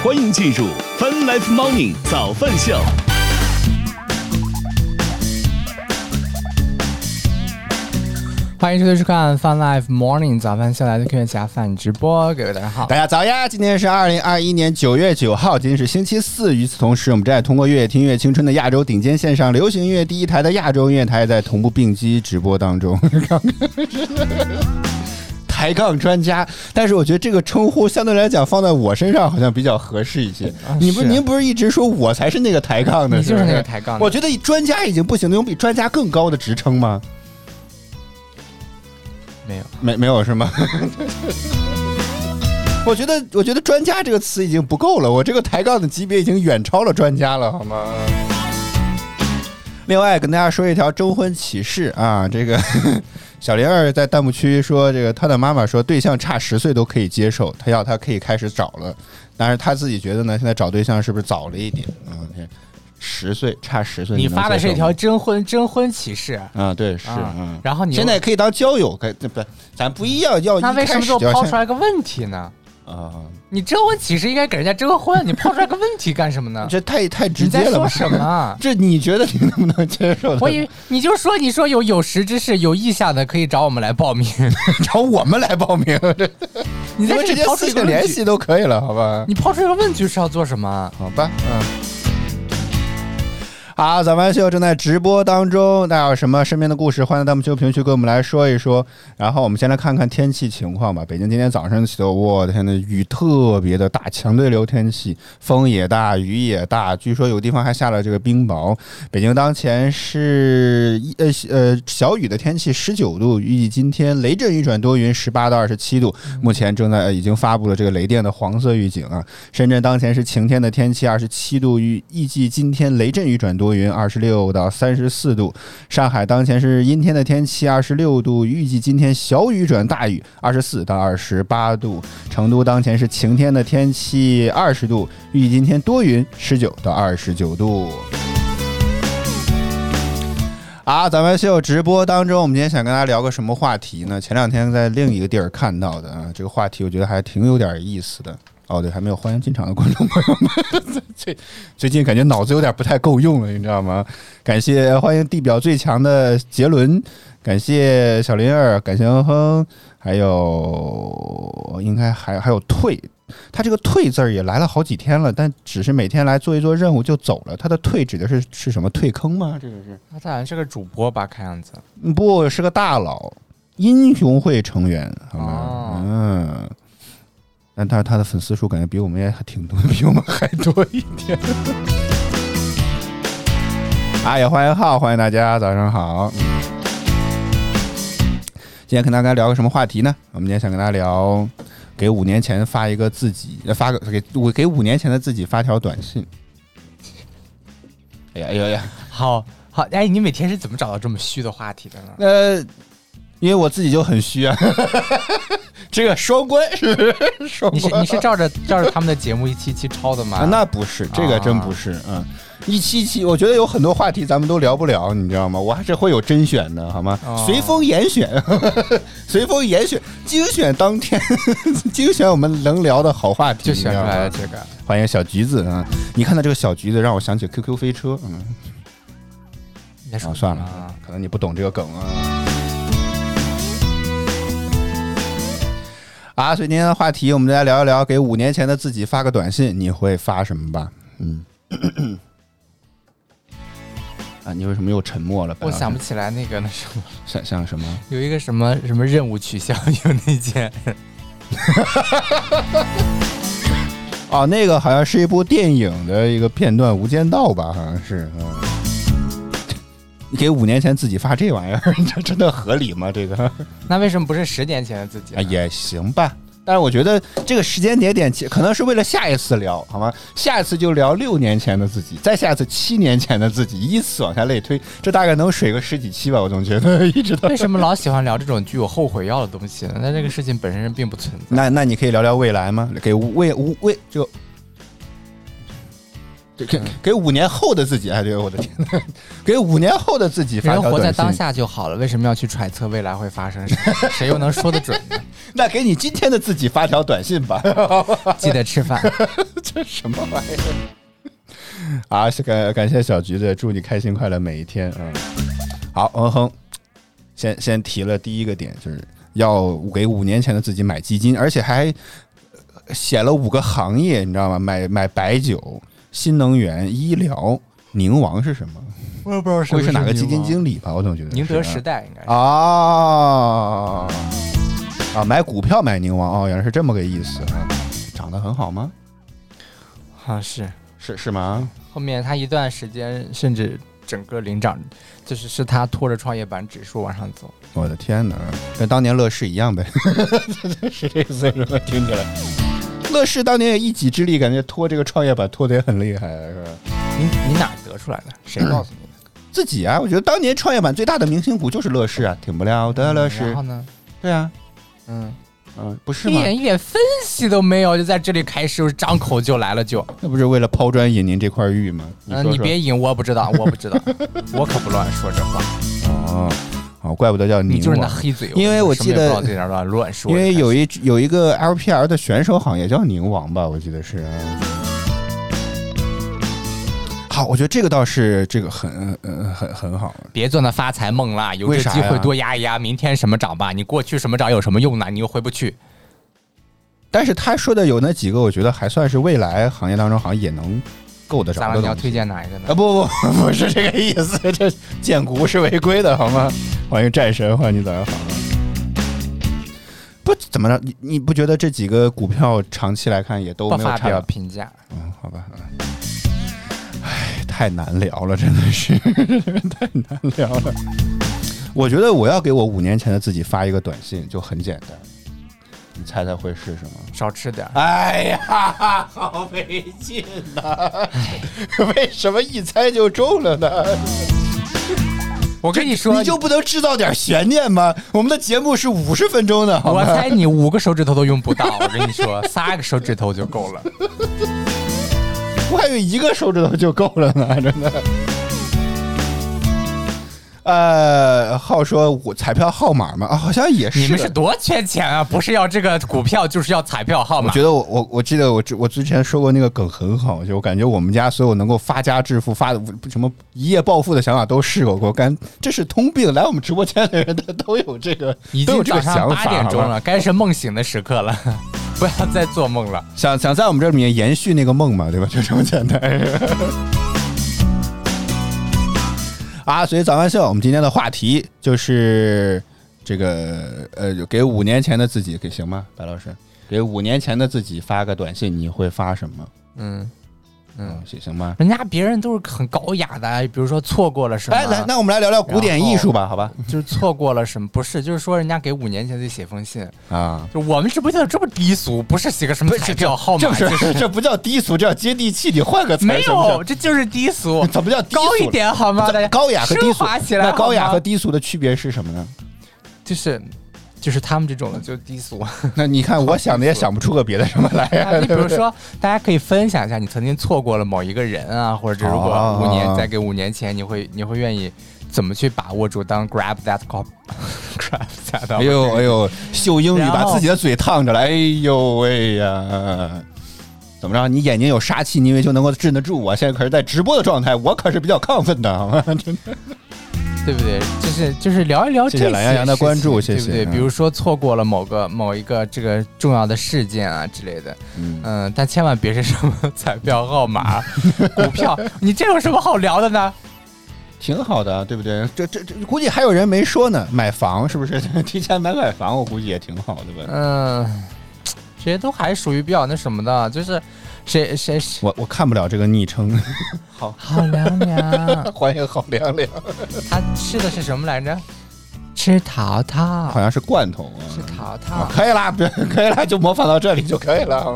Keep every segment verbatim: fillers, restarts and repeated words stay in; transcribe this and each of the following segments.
欢迎进入 Fun Life Morning 早饭秀。 欢迎收听收看 Fun Life Morning 早饭秀，来自科学侠饭直播，各位大家好， 大家早呀！今天是二零二一年九月九号，今天是星期四。与此同时，我们正在通过乐听乐青春的亚洲顶尖线上流行音乐第一台的亚洲音乐台，在同步并机直播当中。抬杠专家，但是我觉得这个称呼相对来讲放在我身上好像比较合适一些。啊、你不，您不是一直说我才是那个抬杠的？ 你就是那个抬杠的。 我觉得专家已经不行了，有比专家更高的职称吗？ 没有， 没没有是吗？我觉得，我觉得专家这个词已经不够了，我这个抬杠的级别已经远超了专家了，好吗？另外跟大家说一条征婚启事啊，这个小林儿在弹幕区说，这个他的妈妈说对象差十岁都可以接受，他要他可以开始找了，但是他自己觉得呢，现在找对象是不是早了一点？嗯，十岁差十岁， 你发的是一条征婚征婚启事啊？对，是， 啊、 嗯， 然后你现在可以当交友，不，咱不一样要。 那为什么就抛出来个问题呢？ 啊， 你征婚启事应该给人家征婚，你抛出来个问题干什么呢？ 这太太直接了。 你在说什么？ 这你觉得你能不能接受？ 我以为你就说你说有有识之士有意向的可以找我们来报名， 找我们来报名。 你在直接私信联系都可以了，好吧？ 你抛出一个问句是要做什么？ 好吧，嗯。好，早饭秀正在直播当中，大家有什么身边的故事，欢迎弹幕区评论区跟我们来说一说。然后我们先来看看天气情况吧。北京今天早上起的，我的天呐，雨特别的大，强对流天气，风也大，雨也大，据说有地方还下了这个冰雹。北京当前是呃呃小雨的天气，十九度，预计今天雷阵雨转多云，十八到二十七度。目前正在、呃、已经发布了这个雷电的黄色预警啊。深圳当前是晴天的天气，二十七度，预预计今天雷阵雨转多云。多云二十六到三十四度，上海当前是阴天的天气，二十六度，预计今天小雨转大雨，二十四到二十八度。成都当前是晴天的天气，二十度，预计今天多云，十九到二十九度。啊，咱们秀直播当中，我们今天想跟大家聊个什么话题呢？前两天在另一个地儿看到的啊，这个话题我觉得还挺有点意思的。哦，对，还没有欢迎进场的观众朋友们。最最近感觉脑子有点不太够用了，你知道吗？感谢欢迎地表最强的杰伦，感谢小林儿，感谢哼哼，还有应该还还有退，他这个退字儿也来了好几天了，但只是每天来做一做任务就走了。他的退指的是是什么？退坑吗？这个是？ 他好像是个主播吧，看样子。 不是个大佬，英雄会成员，好吗？哦、嗯。但他他的粉丝数感觉比我们也还挺多，比我们还多一点。啊，也欢迎浩，欢迎大家，早上好。今天跟大家聊个什么话题呢？我们今天想跟大家聊，给五年前发一个自己，发个给我给五年前的自己发条短信。哎呀哎呀呀！ 好好，哎，你每天是怎么找到这么虚的话题的呢？ 呃，因为我自己就很虚啊。这个双关是不是？ 你是你是照着照着他们的节目一期一期抄的吗？ 啊、那不是，这个真不是。嗯，一期一期，我觉得有很多话题咱们都聊不了，你知道吗？我还是会有甄选的，好吗？哦、随风严选，随风严选，精选当天，精选我们能聊的好话题， 就选出来了这个。 欢迎小橘子啊！你看到这个小橘子，让我想起 Q Q 飞车。嗯， 你说、 哦、算了，可能你不懂这个梗啊。啊，所以今天的话题，我们来聊一聊，给五年前的自己发个短信，你会发什么吧？嗯，啊，你为什么又沉默了？ 我想不起来那个那什么， 像像什么？ 有一个什么什么任务取消，有那件。 哦，那个好像是一部电影的一个片段，《无间道》吧，好像是。嗯，你给五年前自己发这玩意儿，这真的合理吗？这个？ 那为什么不是十年前的自己、 啊？也行吧，但是我觉得这个时间点点可能是为了下一次聊，好吗？下一次就聊六年前的自己，再下一次七年前的自己，依次往下类推，这大概能水个十几期吧。我总觉得一直到为什么老喜欢聊这种具有后悔药的东西呢？那这个事情本身并不存在。 那那你可以聊聊未来吗？给未无未就。给给五年后的自己，哎，对，我的天哪！给五年后的自己发条短信。 人活在当下就好了，为什么要去揣测未来会发生什么？谁又能说得准呢？ 那给你今天的自己发条短信吧， 记得吃饭。 这什么玩意儿？啊，感感谢小橘子，祝你开心快乐每一天。嗯，好，嗯哼，先先提了第一个点，就是要给五年前的自己买基金，而且还写了五个行业，你知道吗？买买白酒、新能源、医疗、宁王是什么？ 我也不知道是会是哪个基金经理吧？我总觉得宁德时代应该是啊啊，买股票买宁王哦，原来是这么个意思啊。涨得很好吗？ 啊，是是是吗？ 后面他一段时间甚至整个领涨，就是是他拖着创业板指数往上走。 我的天哪，跟当年乐视一样呗，是这个岁数了，听起来。乐视当年也一己之力，感觉拖这个创业板拖得也很厉害，是吧？ 你你哪得出来的？谁告诉你的？ 自己啊，我觉得当年创业板最大的明星股就是乐视啊，挺不了的乐视。 然后呢？ 对啊， 嗯。 嗯，不是吗？ 一点一点分析都没有，就在这里开始张口就来了就， 那不是为了抛砖引您这块玉吗？你, 嗯、你别引，我不知道，我不知道，我可不乱说这话。 哦，哦，怪不得叫宁王， 你就是那黑嘴， 因为我记得在那乱乱说， 因为有一有一个 L P L 的选手好像也叫宁王吧，我记得是。好，我觉得这个倒是这个很呃很很好。 别做那发财梦啦，有这机会多压一压，明天什么涨吧，你过去什么涨有什么用呢？你又回不去。 但是他说的有那几个，我觉得还算是未来行业当中好像也能够得着的东西。 你要推荐哪一个呢？ 啊不不不是这个意思，这建股是违规的好吗？欢迎战神，欢迎你早上好。不怎么着，你你不觉得这几个股票长期来看也都没有差？ 不发表评价。 嗯，好吧。唉，太难聊了，真的是太难聊了。我觉得我要给我五年前的自己发一个短信，就很简单。你猜猜会是什么？ 少吃点。 哎呀，好没劲呐！为什么一猜就中了呢？ 我跟你说， 你就不能制造点悬念吗？我们的节目是五十分钟的，好吗？ 我猜你五个手指头都用不到。我跟你说，仨个手指头就够了。 我还有一个手指头就够了呢，真的。呃，号说我彩票号码嘛，啊，好像也是。 你们是多缺钱啊？不是要这个股票，就是要彩票号码。 我觉得我我我记得我我之前说过那个梗很好，就我感觉我们家所有能够发家致富、发什么一夜暴富的想法都试过，我感这是通病。来我们直播间的人的都有这个， 已经早上八点钟了，该是梦醒的时刻了。不要再做梦了， 想想在我们这里面延续那个梦嘛，对吧？就这么简单。啊，所以早安秀，我们今天的话题就是这个呃，给五年前的自己，给行吗？白老师，给五年前的自己发个短信，你会发什么？嗯嗯，行行吗？ 人家别人都是很高雅的，比如说错过了什么。 哎，来，那我们来聊聊古典艺术吧，好吧？ 就是错过了什么？不是，就是说人家给五年前自己写封信啊。 就我们是不是这么低俗？不是写个什么彩票号码， 这不是这不叫低俗，这叫接地气。你换个词， 没有，这就是低俗。 怎么叫低俗？ 高一点好吗？ 高雅和低俗起来， 那高雅和低俗的区别是什么呢？ 就是。就是他们这种的就低俗。 那你看，我想的也想不出个别的什么来呀、啊。 你比如说，大家可以分享一下，你曾经错过了某一个人啊，或者如果五年、哦、再给五年前，你会你会愿意怎么去把握住？当 grab that cop，grab that。 哎呦哎呦，秀英语把自己的嘴烫着了，哎呦喂呀！怎么着？你眼睛有杀气，你以为就能够镇得住我？现在可是在直播的状态，我可是比较亢奋的，好吗？真的。 对不对？就是就是聊一聊这些， 谢谢懒羊羊的关注，谢谢。 对不对？比如说错过了某个某一个这个重要的事件啊之类的，嗯，嗯但千万别是什么彩票号码、股票，你这有什么好聊的呢？ 挺好的，对不对？这这这，估计还有人没说呢。买房是不是？提前买买房，我估计也挺好的吧。 嗯，这些都还属于比较那什么的，就是。谁谁谁？ 我我看不了这个昵称。 好，好凉凉， 欢迎好凉凉。 他吃的是什么来着？吃桃桃， 好像是罐头啊。 吃桃桃、 啊，可以啦，可以啦，就模仿到这里就可以了，好吗？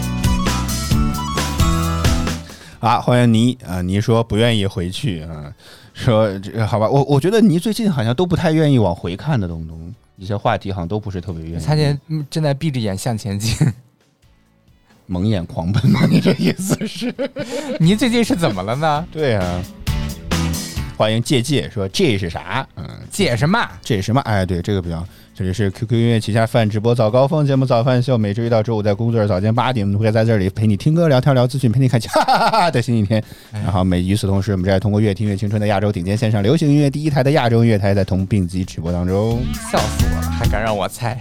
啊，欢迎倪啊，倪说不愿意回去啊，说好吧，我我觉得倪最近好像都不太愿意往回看的东东，一些话题好像都不是特别愿意。 他现在正在闭着眼向前进。 蒙眼狂奔吗？你这意思是？ 你最近是怎么了呢？ 对啊，欢迎借借说这是啥？嗯， 解什么？ 解什么？哎，对，这个比较。这里是 Q Q 音乐旗下饭直播早高峰节目早饭秀，每周一到周五在工作日早间八点，我们会在这里陪你听歌、聊天、聊资讯，陪你看哈哈哈的星期天。然后每与此同时，我们正在通过乐听乐青春的亚洲顶尖线上流行音乐第一台的亚洲音乐台，在同并机直播当中。 笑死我了，还敢让我猜？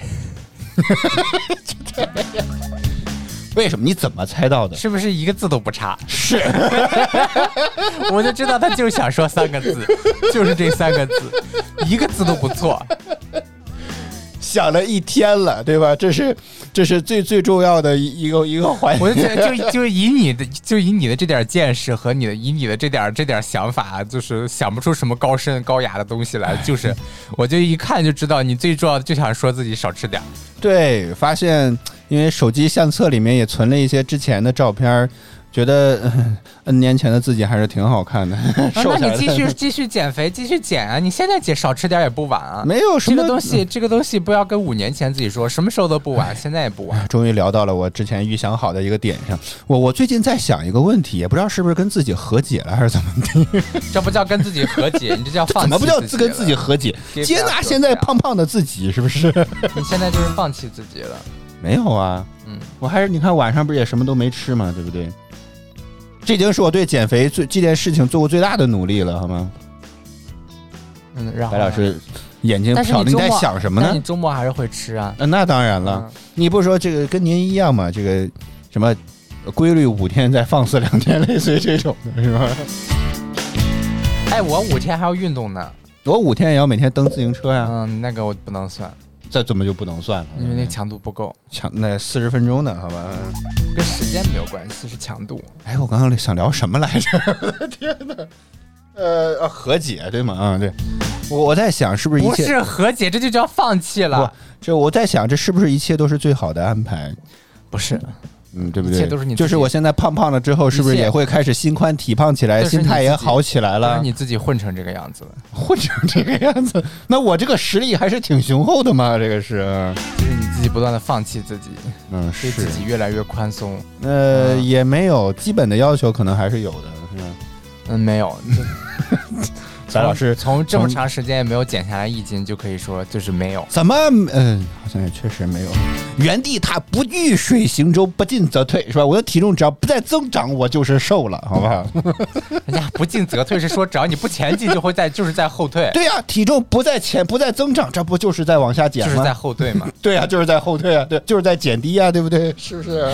为什么？你怎么猜到的？ 是不是一个字都不差？ 是， 我就知道他就想说三个字，就是这三个字，一个字都不错。 想了一天了，对吧？这是这是最最重要的一个一个环节。 我就觉得就就以你的就以你的这点见识和你的以你的这点这点想法，就是想不出什么高深高雅的东西来。就是我就一看就知道你最重要的就想说自己少吃点。 对，发现因为手机相册里面也存了一些之前的照片。觉得 N 年前的自己还是挺好看的，瘦下来的。 那你继续继续减肥，继续减啊！你现在减少吃点也不晚啊。 没有什么这个东西，这个东西不要跟五年前自己说，什么时候都不晚，现在也不晚。 终于聊到了我之前预想好的一个点上。我我最近在想一个问题，也不知道是不是跟自己和解了还是怎么的。 这不叫跟自己和解，你这叫放弃。 怎么不叫跟自己和解？接纳现在胖胖的自己，是不是？ 你现在就是放弃自己了。 没有啊，嗯，我还是你看晚上不是也什么都没吃嘛，对不对？这已经是我对减肥最这件事情做过最大的努力了，好吗？ 嗯，然后白老师眼睛瞟，你在想什么呢？ 你周末还是会吃啊？ 呃、那当然了，嗯、你不说这个跟您一样嘛？这个什么规律五天再放肆两天，类似于这种的是吧？ 哎，我五天还要运动呢。 我五天也要每天蹬自行车呀。 嗯，那个我不能算。 这怎么就不能算了？ 因为那强度不够， 强那四十分钟呢，好吧？ 跟时间没有关系，是强度。 哎，我刚刚想聊什么来着？天哪！呃，和解对吗？啊、嗯，对。我我在想，是不是一切不是和解，这就叫放弃了。 不，这我在想，这是不是一切都是最好的安排？ 不是。 嗯，对不对？ 一切都是你， 就是我现在胖胖了之后，是不是也会开始心宽体胖起来，心态也好起来了？ 是你自己混成这个样子了， 混成这个样子，那我这个实力还是挺雄厚的嘛？这个是， 就是你自己不断的放弃自己， 嗯， 对自己越来越宽松。 呃，嗯、也没有基本的要求，可能还是有的，是吧？ 嗯，没有。 翟老师从这么长时间也没有减下来一斤，就可以说就是没有。 怎么？嗯，好像也确实没有。原地踏步，遇水行舟，不进则退，是吧？我的体重只要不再增长，我就是瘦了，好不好？ 人家不进则退是说，只要你不前进，就会在就是在后退。 对呀、啊，体重不再前不再增长，这不就是在往下减吗？ 就是在后退嘛。 对呀、啊，就是在后退啊，对，就是在减低啊，对不对？是不是？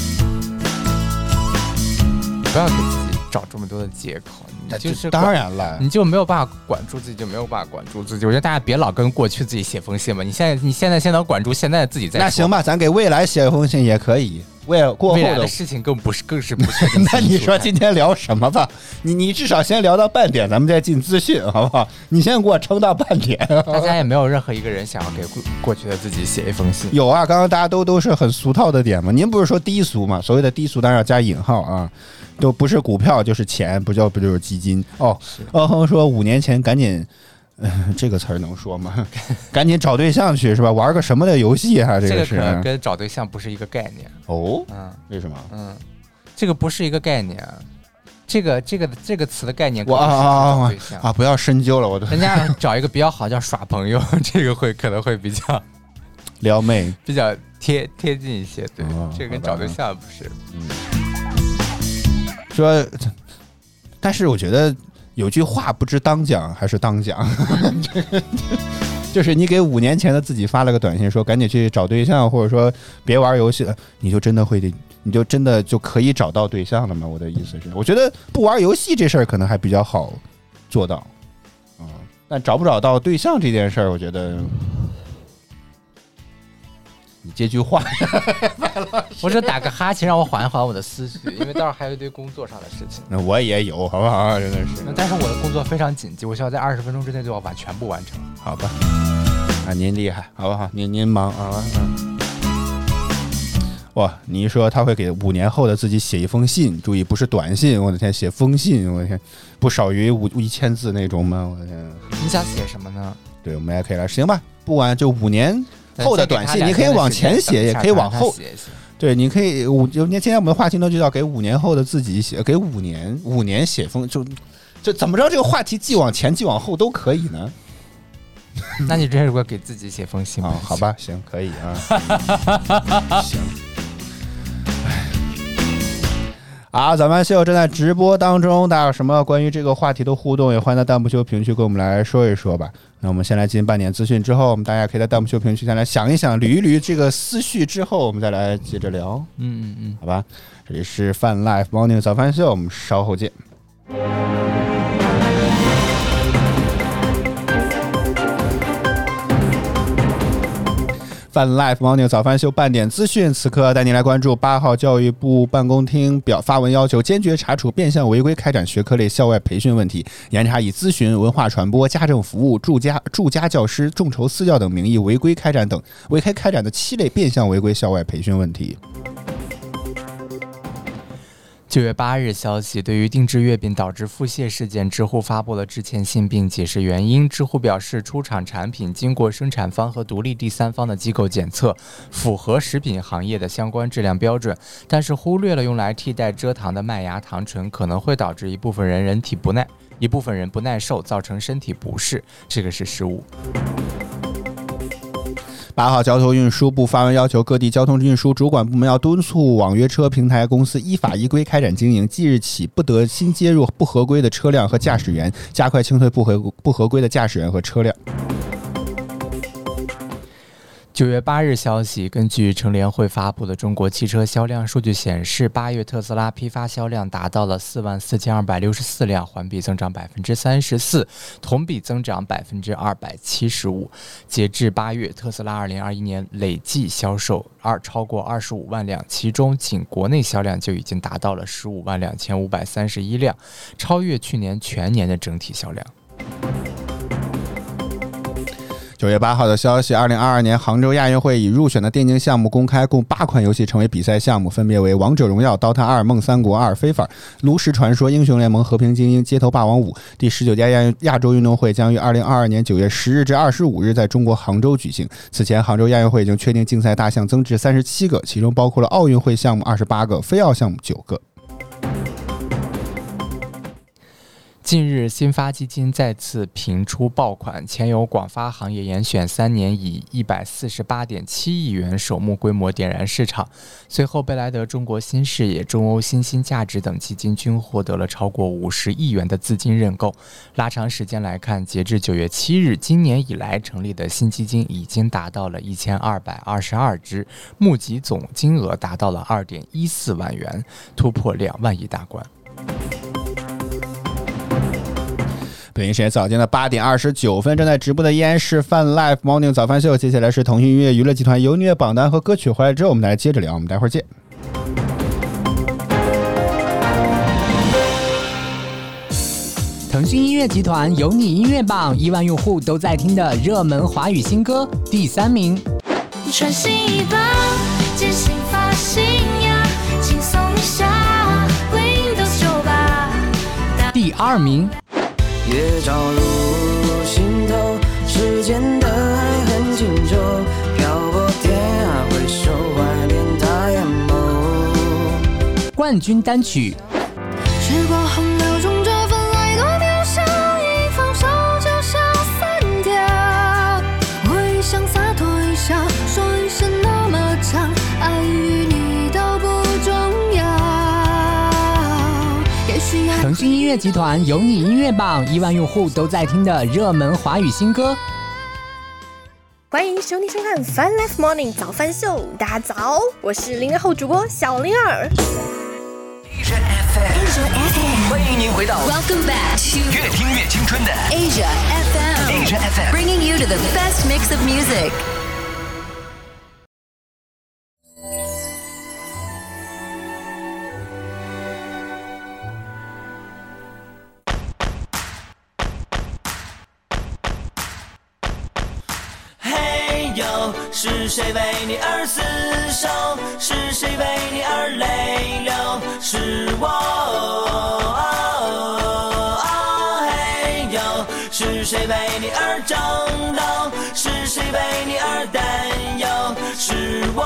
不要给自己找这么多的借口。就是当然了， 你就没有办法管住自己，就没有办法管住自己。我觉得大家别老跟过去自己写封信嘛。你现在你现在先能管住现在自己再说。 那行吧，咱给未来写封信也可以。为了过后 的, 未来的事情更不是更是不确定。 那你说今天聊什么吧？你你至少先聊到半点，咱们再进资讯，好不好？你先给我撑到半点。 大家也没有任何一个人想要给过去的自己写一封信。 有啊，刚刚大家都都是很俗套的点嘛。您不是说低俗嘛？所谓的低俗当然要加引号啊。都不是股票就是钱，不叫不就是基金哦。欧亨说五年前赶紧，呃，这个词儿能说吗？赶紧找对象去是吧？玩个什么的游戏啊？这个是、 这个、跟找对象不是一个概念哦。 嗯， 为什么？ 嗯，这个不是一个概念。这个这个这个词的概念我啊啊啊！不要深究了，我都。 人家找一个比较好叫耍朋友，这个会可能会比较撩妹， 比较贴贴近一些。对，哦、这个跟找对象不是。嗯。 说，但是我觉得有句话不知当讲还是当讲，就是你给五年前的自己发了个短信说赶紧去找对象，或者说别玩游戏了，你就真的会，你就真的就可以找到对象了吗？我的意思是，我觉得不玩游戏这事儿可能还比较好做到，嗯，但找不找到对象这件事儿，我觉得。你这句话我只打个哈欠让我缓一缓我的思绪，因为待会儿还有一堆工作上的事情。 那我也有，好不好？真的是。 但是我的工作非常紧急，我需要在二十分钟之内就要把全部完成。 好吧，啊，您厉害，好不好？您您忙啊。嗯。哇，你一说他会给五年后的自己写一封信，注意不是短信，我的天，写封信，我的天，不少于五一千字那种吗？我的天。 你想写什么呢？ 对，我们也可以来，行吧？不管就五年。后的短信你可以往前写，也可以往后。对，你可以五就今天我们的话题呢就叫给五年后的自己写，给五年五年写封，就就怎么着这个话题既往前既往后都可以呢？ 那你这如果给自己写封信啊、哦？好吧，行，可以啊。行。啊，早饭秀正在直播当中，大家有什么关于这个话题的互动，也欢迎在弹幕区评论区跟我们来说一说吧。那我们先来进半点资讯，之后我们大家可以在弹幕区评论区先来想一想，捋一捋这个思绪，之后我们再来接着聊。 嗯嗯嗯， 好吧，这里是Fun Life Morning 早饭秀，我们稍后见。Fun Life Morning 早饭秀半点资讯，此刻带您来关注八号教育部办公厅表发文要求，坚决查处变相违规开展学科类校外培训问题，严查以咨询、文化传播、家政服务、住家住家教师、众筹私教等名义违规开展等违规开展的七类变相违规校外培训问题。 九月八日消息，对于定制月饼导致腹泻事件，知乎发布了致歉信并解释原因。知乎表示，出厂产品经过生产方和独立第三方的机构检测，符合食品行业的相关质量标准，但是忽略了用来替代蔗糖的麦芽糖醇可能会导致一部分人人体不耐，一部分人不耐受，造成身体不适，这个是失误。 八号交通运输部发文要求各地交通运输主管部门要敦促网约车平台公司依法依规开展经营，即日起不得新接入不合规的车辆和驾驶员，加快清退不合不合规的驾驶员和车辆。 九月八日消息，根据乘联会发布的中国汽车销量数据显示，八月特斯拉批发销量达到了四万四千二百六十四辆，环比增长百分之三十四，同比增长百分之二百七十五。截至八月，特斯拉二零二一年累计销售二超过二十五万辆，其中仅国内销量就已经达到了十五万两千五百三十一辆，超越去年全年的整体销量。 九月八号的消息，二零二二年杭州亚运会已入选的电竞项目公开，共八款游戏成为比赛项目，分别为王者荣耀、DOTA 二、梦三国二、非法、炉石传说、英雄联盟、和平精英、街头霸王五。第十九届亚亚洲运动会将于二零二二年九月十日至二十五日在中国杭州举行。此前，杭州亚运会已经确定竞赛大项增至三十七个，其中包括了奥运会项目二十八个，非奥项目九个。 近日，新发基金再次频出爆款，前有广发行业严选三年以一百四十八点七亿元首目规模点燃市场，随后贝莱德中国新视野、中欧新兴价值等基金均获得了超过五十亿元的资金认购。拉长时间来看，截至九月七日，今年以来成立的新基金已经达到了一千二百二十二只，募集总金额达到了二点一四万元，突破两万亿大关。北京时间早间的八点二十九分，正在直播的依然是Fun Life Morning 早饭秀。接下来是腾讯音乐娱乐集团有音乐榜单和歌曲，回来之后我们来接着聊，我们待会儿见。 腾讯音乐集团有你音乐榜，亿万用户都在听的热门华语新歌第三名。 穿新衣吧，剪新发型呀，轻松一下 Windows 九吧。 第二名。 夜照入心头，时间的爱很清楚，漂泊天涯回首，怀念他眼眸。 冠军单曲。 时光洪流中，这份爱多渺小，一放手就像散掉。我一想洒脱一笑，说一声那么长，爱与你都不重要。也许腾讯音乐集团有你音乐榜，亿万用户都在听的热门华语新歌。 欢迎收听收看 Fun Life Morning 早饭秀，大家早，我是零零后主播小灵儿。 Asia F M， 欢迎您回到 Welcome back to 越听越青春的 Asia F M， Asia F M， bringing you to the best mix of music。 是谁为你而厮守？是谁为你而泪流？是我。哦嘿呦，是谁为你而争斗？是谁为你而担忧？是我。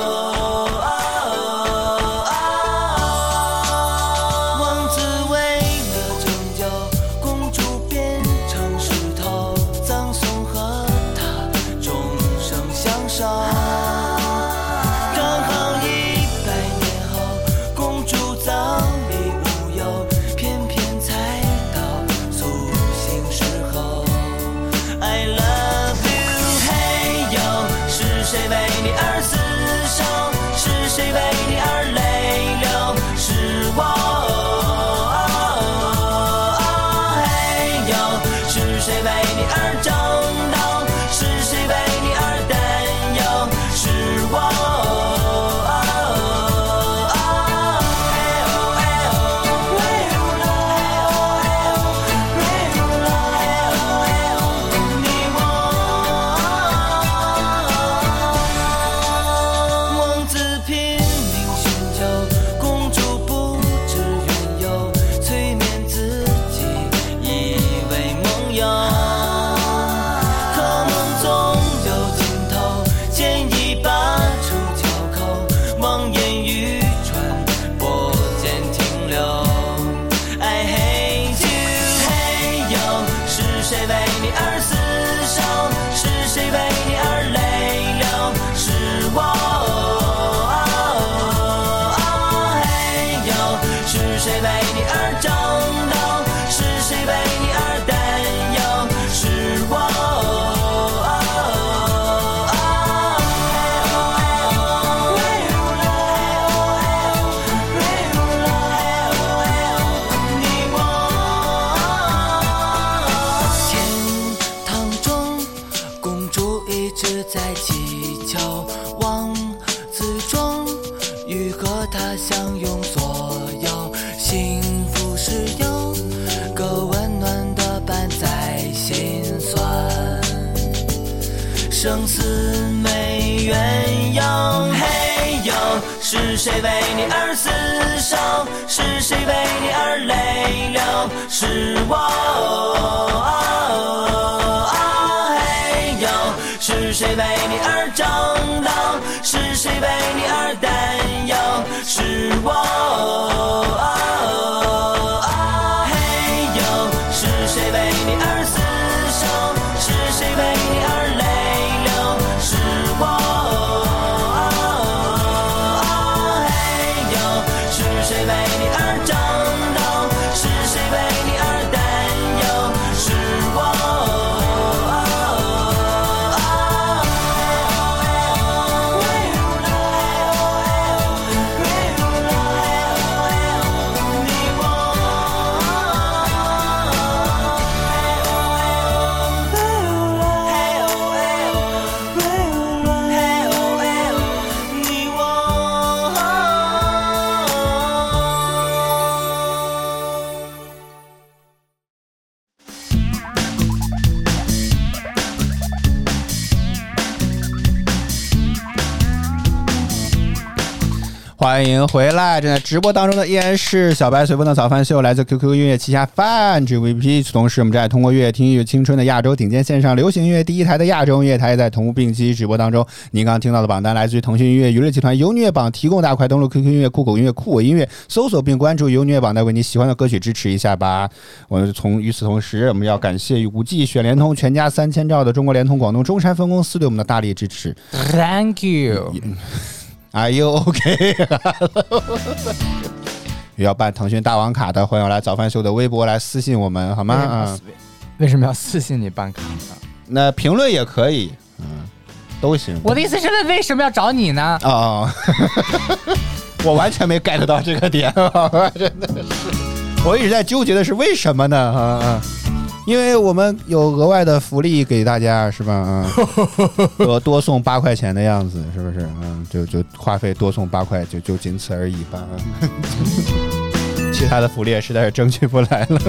王子为了拯救公主变成石头，葬送和。 是谁为你而争斗？是谁为你而担忧？是我。在祈求王子中欲和他相拥，所有幸福是有个温暖的伴在心酸，生死没缘由。嘿呦，是谁为你而厮守？是谁为你而泪流？是我。是谁为你而争斗？是谁为你而担忧？是我。嘿呦，是谁为你而厮守？是谁为你而泪流？是我。嘿呦，是谁为你而争斗？是谁为你而担忧？是我。 欢迎回来！正在直播当中的依然是小白随风的早饭秀，来自 Q Q 音乐旗下饭 G V P。同时，我们正在通过音乐听音乐青春的亚洲顶尖线上流行音乐第一台的亚洲音乐台，在同步并机直播当中。您刚刚听到的榜单来自于腾讯音乐娱乐集团优音乐榜提供，大家快登录 Q Q 音乐、酷狗音乐、酷我音乐，搜索并关注优音乐榜单，为你喜欢的歌曲支持一下吧。我从与此同时，我们要感谢五 G 选联通全家三千兆的中国联通广东中山分公司对我们的大力支持。 Thank you。 Are you OK？ 要办腾讯大王卡的，欢迎来早饭秀的微博来私信我们，好吗？嗯， 为什么要私信你办卡呢？ 那评论也可以，嗯，都行。 我的意思是，为什么要找你呢？ 哦，我完全没 get 到这个点，真的是，我一直在纠结的是为什么呢？啊啊！因为我们有额外的福利给大家，是吧？啊，多多送八块钱的样子，是不是？嗯，就就话费多送八块，就就仅此而已吧。其他的福利实在是争取不来了。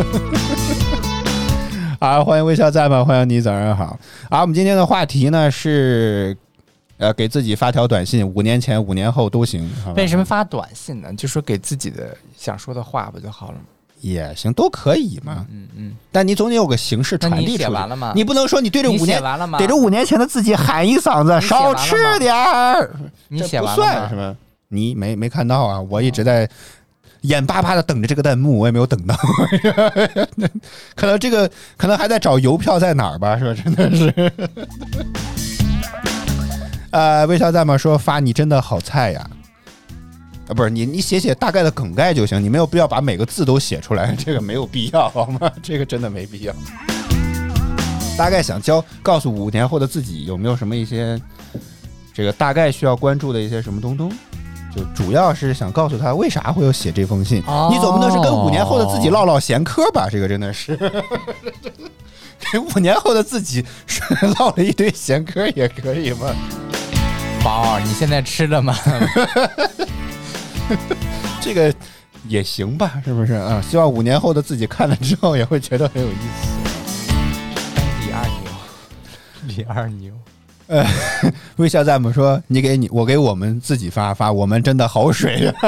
啊，欢迎微笑在吗？欢迎你，早上好。啊，我们今天的话题呢是，呃，给自己发条短信，五年前、五年后都行。 为什么发短信呢？就说给自己的想说的话不就好了吗？ 也行，都可以嘛。 嗯嗯。但你总得有个形式传递出去。 你写完了吗？ 你不能说你对着五年，对着五年前的自己喊一嗓子，少吃点儿。 你写完了吗？ 这不算是吧？你没没看到啊？我一直在眼巴巴的等着这个弹幕，我也没有等到。可能这个可能还在找邮票在哪儿吧？是吧？真的是。呃，微笑在吗？说发你真的好菜呀。啊，不是你，你写写大概的梗概就行，你没有必要把每个字都写出来，这个没有必要，好吗？这个真的没必要。大概想教告诉五年后的自己有没有什么一些这个大概需要关注的一些什么东东，就主要是想告诉他为啥会有写这封信。哦、你总不能是跟五年后的自己唠唠闲嗑吧？这个真的是。给五年后的自己唠了一堆闲嗑也可以吗？ 宝，你现在吃了吗？这个也行吧，是不是啊？希望五年后的自己看了之后也会觉得很有意思。 李二牛，李二牛， 呃，微笑在我们说，你给你，我给我们自己发发，我们真的好水啊！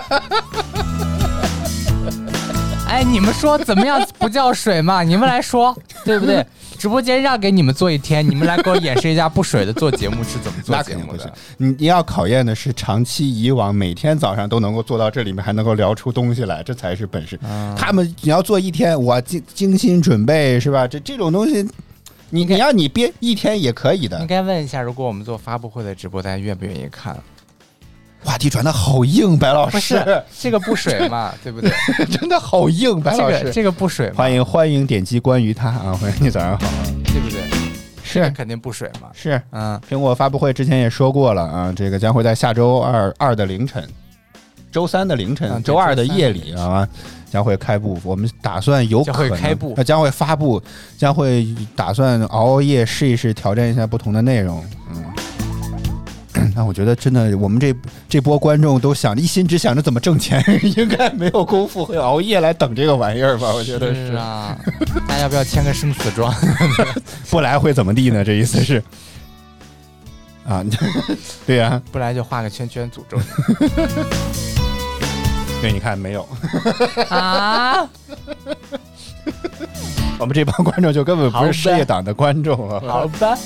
哎，你们说怎么样不叫水嘛？你们来说，对不对？直播间让给你们做一天，你们来给我演示一下不水的做节目是怎么做节目的。 你你要考验的是长期以往，每天早上都能够做到这里面，还能够聊出东西来，这才是本事。嗯、他们你要做一天，我精精心准备是吧？这这种东西，你你要你憋一天也可以的。 应该问一下，如果我们做发布会的直播，大家愿不愿意看？ 话题转的好硬，白老师， 不是这个不水嘛，对不对？ 真的好硬，白老师， 这个这个不水嘛， 欢迎欢迎点击关于他啊，欢迎你早上好， 对不对？ 是、 这个、肯定不水嘛， 是， 嗯， 苹果发布会之前也说过了啊，这个将会在下周二二的凌晨，周三的凌晨， 嗯、 周二的夜里啊，将会开布。我们打算有可能将会开布， 呃，将会发布，将会打算熬夜试一试，挑战一下不同的内容。嗯，那我觉得真的，我们这这波观众都想一心只想着怎么挣钱，应该没有功夫会熬夜来等这个玩意儿吧？我觉得是， 是啊。大家要不要签个生死状？ 不来会怎么地呢？这意思是。啊，对呀、啊， 不来就画个圈圈诅咒你。 对，你看没有啊？ 我们这帮观众就根本不是事业党的观众啊。 好吧。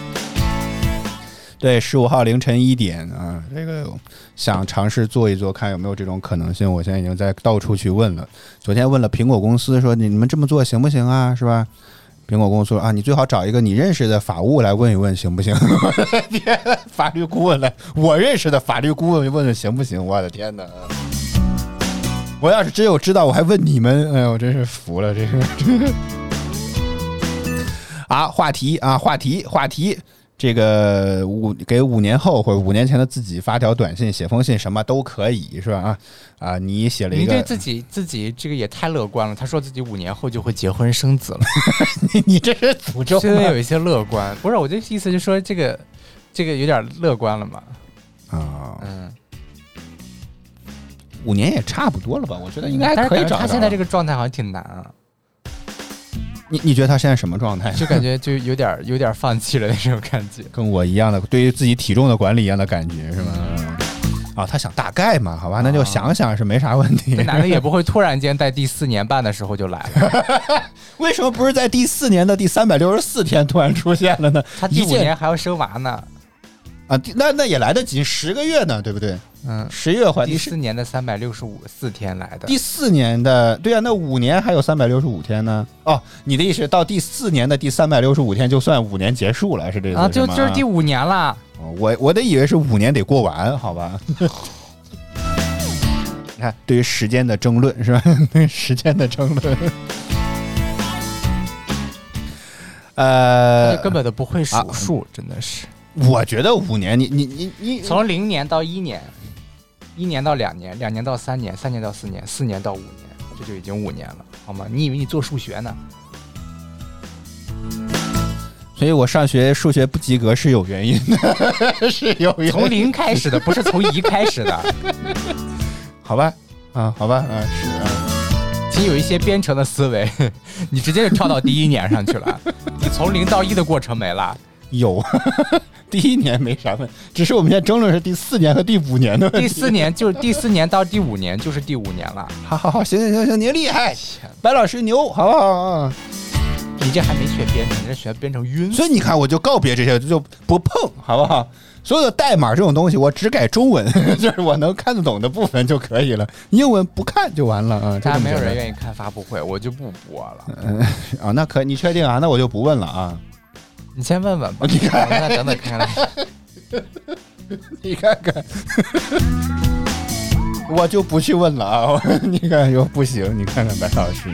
对，十五号凌晨一点啊，这个想尝试做一做，看有没有这种可能性。我现在已经在到处去问了。昨天问了苹果公司，说你们这么做行不行啊？是吧？苹果公司说啊，你最好找一个你认识的法务来问一问，行不行？法律顾问来，我认识的法律顾问问问行不行？我的天哪！我要是真有知道，我还问你们，哎呦，我真是服了这个。啊，话题啊，话题，话题。这个五给五年后或者五年前的自己发条短信、写封信，什么都可以，是吧？啊啊！你写了一个， 你对自己自己这个也太乐观了。他说自己五年后就会结婚生子了， 你你这是诅咒吗？ 现在有一些乐观，不是我这意思，就说这个这个有点乐观了嘛。 啊、 哦，嗯， 五年也差不多了吧？我觉得应该还可以找到。 他现在这个状态好像挺难啊。 你你觉得他现在什么状态？ 就感觉就有点有点放弃了那种感觉， 跟我一样的，对于自己体重的管理一样的感觉，是吗？啊，他想大概嘛，好吧，那就想想是没啥问题。 这男的也不会突然间在第四年半的时候就来了， 为什么不是在第四年的第三百六十四天突然出现了呢？ 他第五年还要生娃呢。 啊，那那也来得及，十个月呢，对不对？ 嗯， 十月怀第四年的三百六十五四天来的， 第四年的对啊，那五年还有三百六十五天呢。哦，你的意思到第四年的第三百六十五天就算五年结束了，是这个啊？就就是第五年了。 哦、我我得以为是五年得过完，好吧？你看，对于时间的争论是吧？对时间的争论，呃， 根本都不会数数，啊、真的是。 我觉得五年，你你你你从零年到一年，一年到两年，两年到三年，三年到四年，四年到五年，这就已经五年了，好吗？你以为你做数学呢？ 所以我上学数学不及格是有原因的，是有原因。 从零开始的，不是从一开始的， 好吧？啊，好吧，啊，是啊。 请有一些编程的思维，你直接就跳到第一年上去了，你从零到一的过程没了。 有，第一年没啥问，只是我们现在争论是第四年和第五年的问题。 第四年就是第四年到第五年就是第五年了。 好好好，行行行行，您厉害，白老师牛，好不好啊？ 你这还没学编程，你这学编程晕。 所以你看，我就告别这些，就不碰，好不好？所有的代码这种东西，我只改中文，就是我能看得懂的部分就可以了，英文不看就完了啊。 大家没有人愿意看发布会，我就不播了。 嗯啊，那可你确定啊？那我就不问了啊。 你先问问吧，你看，那等等看看， 你看看，我就不去问了啊！你看又不行，你看看白老师，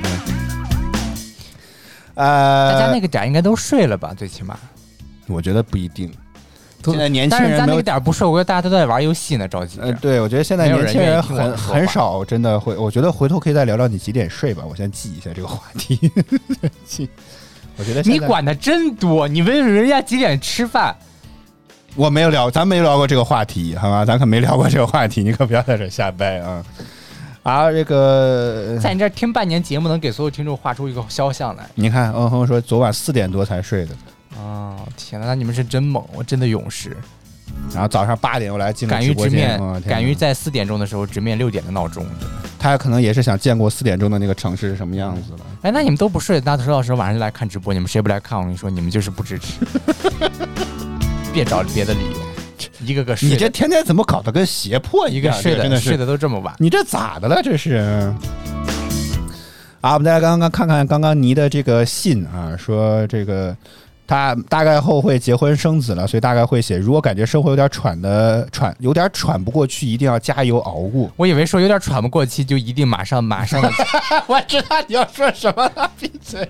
呃， 大家那个点应该都睡了吧？最起码， 我觉得不一定。现在年轻人没有， 但是咱那个点不睡，我觉得大家都在玩游戏呢，着急。 呃，对，我觉得现在年轻人很很少，真的会。我觉得回头可以再聊聊你几点睡吧，我先记一下这个话题。记。我觉得你管的真多，你问人家几点吃饭？ 我没有聊，咱没聊过这个话题，好吧？咱可没聊过这个话题，你可不要在这瞎掰啊！啊，这个在你这听半年节目，能给所有听众画出一个肖像来。 你看，嗯哼说昨晚四点多才睡的。 哦，天哪，那你们是真猛，我真的勇士。 然后早上八点我来进了直播间， 哦、 敢于在四点钟的时候直面六点的闹钟。 他可能也是想见过四点钟的那个城市是什么样子了。 哎，那你们都不睡，那周老师晚上就来看直播，你们谁不来看？我跟你说，你们就是不支持。别找别的理由，一个个睡。 你这天天怎么搞得跟胁迫一个睡的， 真的睡的都这么晚。 你这咋的了？这是。啊，我们大家刚刚看看刚刚倪的这个信啊，说这个。 他大概后会结婚生子了，所以大概会写，如果感觉生活有点喘的喘，有点喘不过去，一定要加油熬过。 我以为说有点喘不过气，就一定马上马上的。 我知道你要说什么了，闭嘴。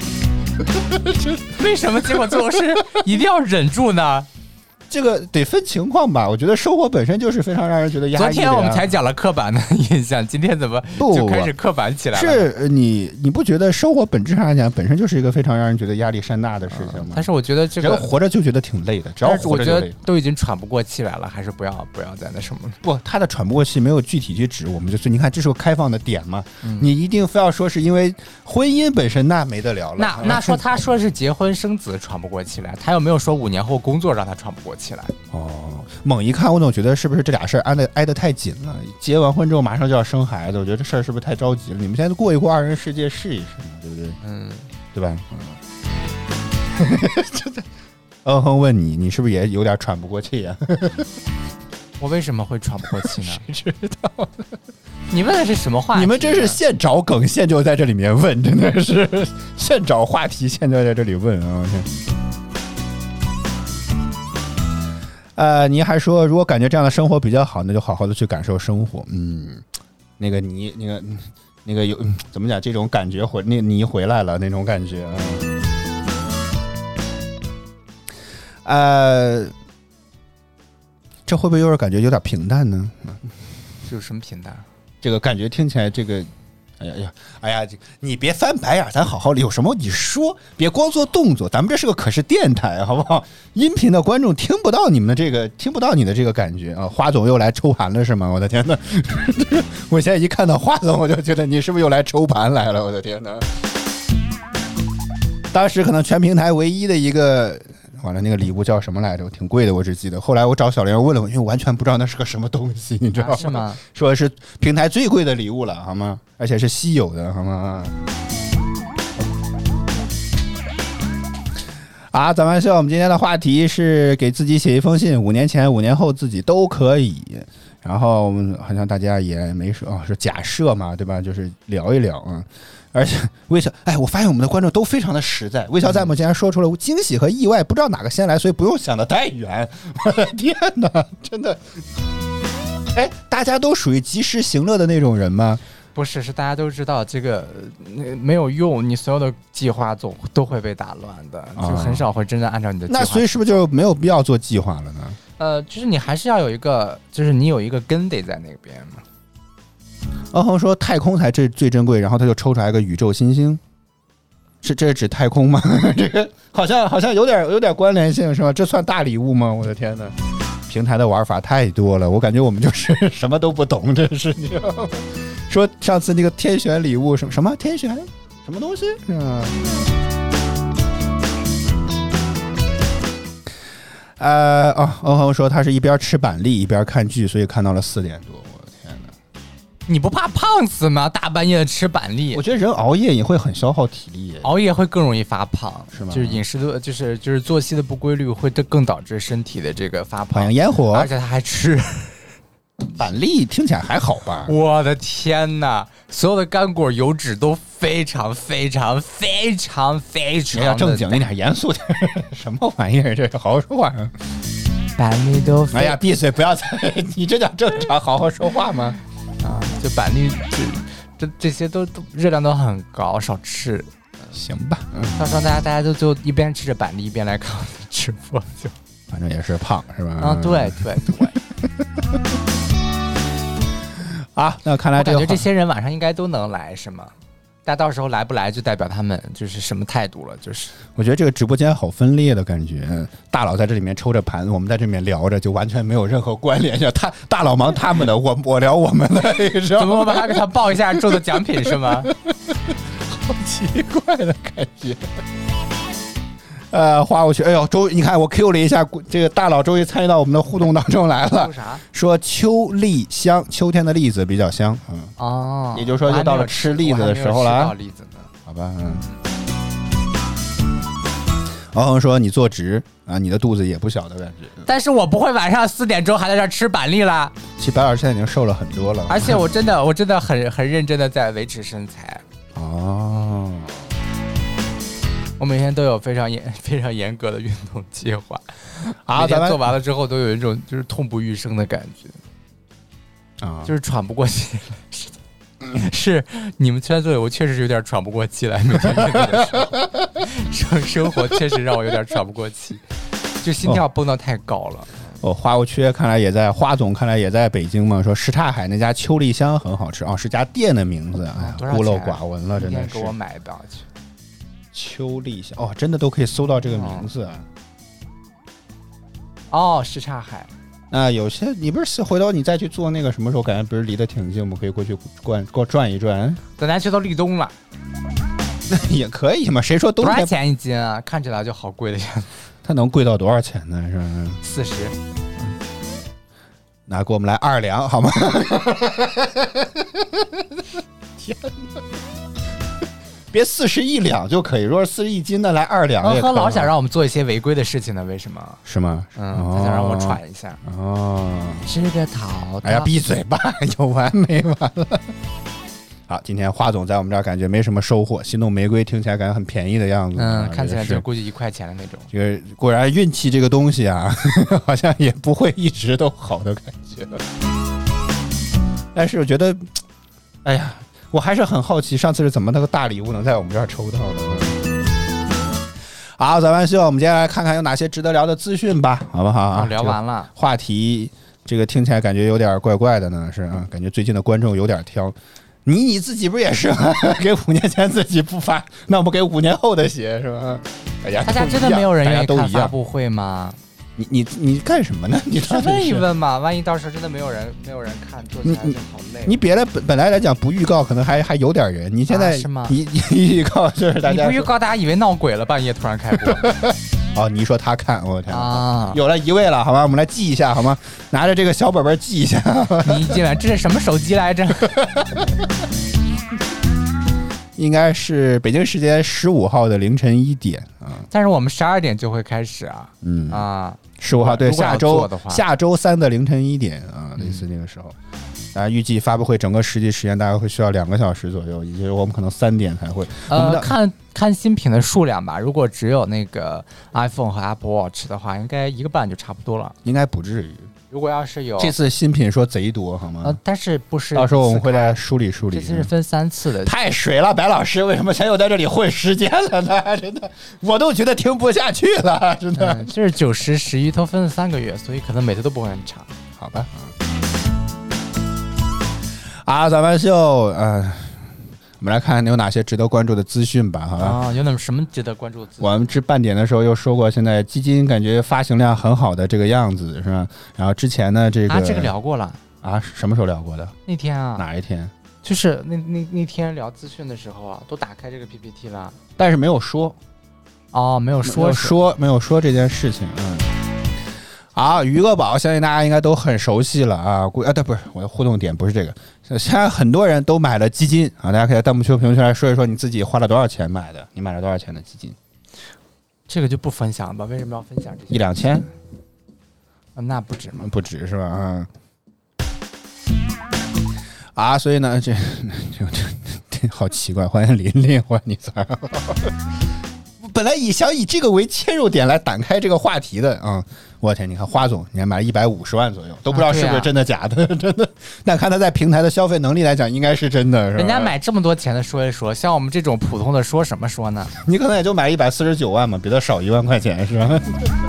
为什么结果最后是一定要忍住呢？ 这个得分情况吧，我觉得生活本身就是非常让人觉得压抑的。 昨天我们才讲了刻板的印象，今天怎么就开始刻板起来了？ 是你你不觉得生活本质上来讲，本身就是一个非常让人觉得压力山大的事情吗？ 嗯、但是我觉得这个人活着就觉得挺累的，只要活着就累。 我觉得都已经喘不过气来了，还是不要不要再那什么了。 不，他的喘不过气没有具体去指，我们就是你看，这是个开放的点嘛。嗯、你一定非要说是因为婚姻本身，那没得聊了。 那那说他说是结婚生子喘不过气来，他有没有说五年后工作让他喘不过气来？ 哦。猛一看，我总觉得是不是这俩事儿挨得挨得太紧了？结完婚之后马上就要生孩子，我觉得这事儿是不是太着急了？你们现在过一过二人世界试一试嘛，对不对？嗯，对吧？嗯。嗯哼，问你，你是不是也有点喘不过气呀、啊？ 我为什么会喘不过气呢？ 谁知道？ 你问的是什么话题？ 你们真是现找梗，现就在这里面问，真的是现找话题，现就在这里问啊！我天。呃，你还说，如果感觉这样的生活比较好，那就好好的去感受生活。嗯，那个你那个那个有怎么讲？这种感觉回那你回来了那种感觉。呃，这会不会有点感觉有点平淡呢？ 是有什么平淡？ 这个感觉听起来这个。哎呀呀，哎呀，你别翻白眼，咱好好有什么你说，别光做动作。咱们这是个可视电台，好不好？音频的观众听不到你们的这个，听不到你的这个感觉啊。花总又来抽盘了是吗？我的天哪！我现在一看到花总，我就觉得你是不是又来抽盘来了？我的天哪！当时可能全平台唯一的一个。完了，那个礼物叫什么来着？挺贵的，我只记得。后来我找小玲问了，因为我完全不知道那是个什么东西，你知道吗？啊、 是吗？ 说是平台最贵的礼物了，好吗？而且是稀有的，好吗？啊，早安秀，我们今天的话题是给自己写一封信，五年前、五年后自己都可以。然后我们好像大家也没说啊，是假设嘛，对吧？就是聊一聊啊。而且微笑，哎，我发现我们的观众都非常的实在。微笑在我竟然说出了惊喜和意外，不知道哪个先来，所以不用想得太远。我的天哪，真的！哎，大家都属于及时行乐的那种人吗？ 不是，是大家都知道这个没有用，你所有的计划总都会被打乱的，就很少会真正按照你的计划。 那所以是不是就没有必要做计划了呢？ 呃，就是你还是要有一个，就是你有一个根得在那边嘛。 欧恒说太空才最最珍贵，然后他就抽出来一个宇宙新星，是这是指太空吗？这个好像好像有点有点关联性是吧？这算大礼物吗？我的天哪！平台的玩法太多了，我感觉我们就是什么都不懂这事情。说上次那个天选礼物什么什么天选什么东西啊？呃哦，欧恒说他是一边吃板栗一边看剧，所以看到了四点多。 你不怕胖死吗？大半夜的吃板栗， 我觉得人熬夜也会很消耗体力， 熬夜会更容易发胖， 是吗？ 就是饮食的，就是就是作息的不规律，会更导致身体的这个发胖。 好像烟火， 而且他还吃板栗，听起来还好吧？ 我的天哪！所有的干果油脂都非常非常非常非常要正经一点，严肃点，什么玩意儿？这好好说话啊！ 板栗都…… 哎呀，闭嘴！不要再，你这叫正常好好说话吗？ 啊，就板栗，这这这些都都热量都很高，少吃， 行吧？嗯， 到时候大家大家就就一边吃着板栗一边来看我的直播，就反正也是胖是吧？ 啊，对对对。 啊，那看来这我感觉这些人晚上应该都能来，是吗？但到时候来不来就代表他们就是什么态度了，就是我觉得这个直播间好分裂的感觉，大佬在这里面抽着盘，我们在这里面聊着，就完全没有任何关联性。他大佬忙他们的，我我聊我们的， 怎么我们还给他报一下中的奖品是吗？ 好奇怪的感觉。呃，花过去，哎呦，终于你看我 Q 了一下，这个大佬终于参与到我们的互动当中来了。 啥？ 说秋栗香，秋天的栗子比较香，嗯， 哦， 也就是说就到了吃栗子的时候了啊。 栗子呢？ 好吧，嗯。敖恒说你坐直啊，你的肚子也不小的感觉。 但是我不会晚上四点钟还在这吃板栗啦。 其实白老师现在已经瘦了很多了， 而且我真的我真的很很认真的在维持身材。 哦。 我每天都有非常严非常严格的运动计划， 好， 每天咱们做完了之后都有一种就是痛不欲生的感觉， 啊， 就是喘不过气来。是你们劝做，我确实有点喘不过气来。每天运动的时候，生生活确实让我有点喘不过气，就心跳蹦到太高了。 哦，花无缺看来也在，花总看来也在北京嘛。说什刹海那家秋丽香很好吃啊、哦，是家店的名字。哎呀，孤陋寡闻了，真的是。 给我买的去。 秋丽香哦，真的都可以搜到这个名字啊。 哦，什刹海。 那有些你不是回头你再去做那个什么时候，感觉不是离得挺近，我们可以过去转过转一转。 咱咱去到立冬了， 那也可以嘛？谁说冬天多少钱一斤啊？看起来就好贵的样子。 它能贵到多少钱呢？是吧？ 四十。 那给我们来二两好吗？天哪！别四十一两就可以，如果是四十一斤的来二两也可以。 他老想让我们做一些违规的事情呢，为什么？ 是吗？ 嗯，他想让我喘一下。 哦， 吃个桃。 哎呀，闭嘴吧，有完没完了？好，今天华总在我们这儿感觉没什么收获，心动玫瑰听起来感觉很便宜的样子， 嗯， 啊、 看起来就估计一块钱的那种。 这个果然运气这个东西啊，好像也不会一直都好的感觉。但是我觉得，哎呀。我还是很好奇，上次是怎么那个大礼物能在我们这儿抽到的？好，早安秀，我们接下来看看有哪些值得聊的资讯吧，好不好啊？ 聊完了， 话题这个听起来感觉有点怪怪的呢，是啊，感觉最近的观众有点挑。你你自己不也是吗？给五年前自己不发，那我们给五年后的写是吧？哎呀， 大家真的没有人愿意看发布会吗？ 你你你干什么呢？你问一问嘛，万一到时候真的没有人没有人看，做起来就好累。 你别的本本来来讲不预告，可能还还有点人。你现在、 啊、是吗？ 你你预告就是大家你不预告，大家以为闹鬼了，半夜突然开播。 哦，你说他看，我天啊！ 有了一位了，好吧，我们来记一下，好吗？拿着这个小本本记一下。 你进来，这是什么手机来着？ 应该是北京时间十五号的凌晨一点啊。 但是我们十二点就会开始啊。 嗯啊。 十五号对，下周下周三的凌晨一点啊，类似那个时候。大家预计发布会整个实际时间大概会需要两个小时左右，也就是我们可能三点才会。 呃，看看新品的数量吧，如果只有那个 iPhone 和 Apple Watch 的话，应该一个半就差不多了。 应该不至于。 如果要是有这次新品说贼多，好吗？ 呃，但是不是？ 到时候我们会再梳理梳理。 这次是分三次的。 太水了，白老师，为什么现在又在这里混时间了呢？真的，我都觉得听不下去了，真的。 嗯、这是九十、十一都分了三个月，所以可能每次都不会很长， 好吧？啊，早班秀，呃。我们来看有哪些值得关注的资讯吧，好吧？ 啊，有那么什么值得关注的资讯？ 我们这半点的时候又说过，现在基金感觉发行量很好的这个样子，是吧？然后之前呢，这个啊，这个聊过了啊，什么时候聊过的？ 那天啊， 哪一天？ 就是那那那天聊资讯的时候啊，都打开这个 P P T 了， 但是没有说。 哦，没有说， 没有说，没有说这件事情，嗯。好，余额宝相信大家应该都很熟悉了啊，估啊对，不是我的互动点不是这个，现在很多人都买了基金啊，大家可以在弹幕区、评论区来说一说你自己花了多少钱买的，你买了多少钱的基金？ 这个就不分享了吧？为什么要分享这些？ 一两千？ 啊，那不止吗？ 不止是吧？啊，啊，所以呢，这这这好奇怪，欢迎琳琳，欢迎你仨。本来以想以这个为切入点来展开这个话题的啊、嗯，我天！你看花总，你还买了一百五十万左右，都不知道是不是真的假的，啊啊、真的。但看他在平台的消费能力来讲，应该是真的，是吧？ 人家买这么多钱的说一说，像我们这种普通的说什么说呢？ 你可能也就买一百四十九万嘛，比他少一万块钱，是吧？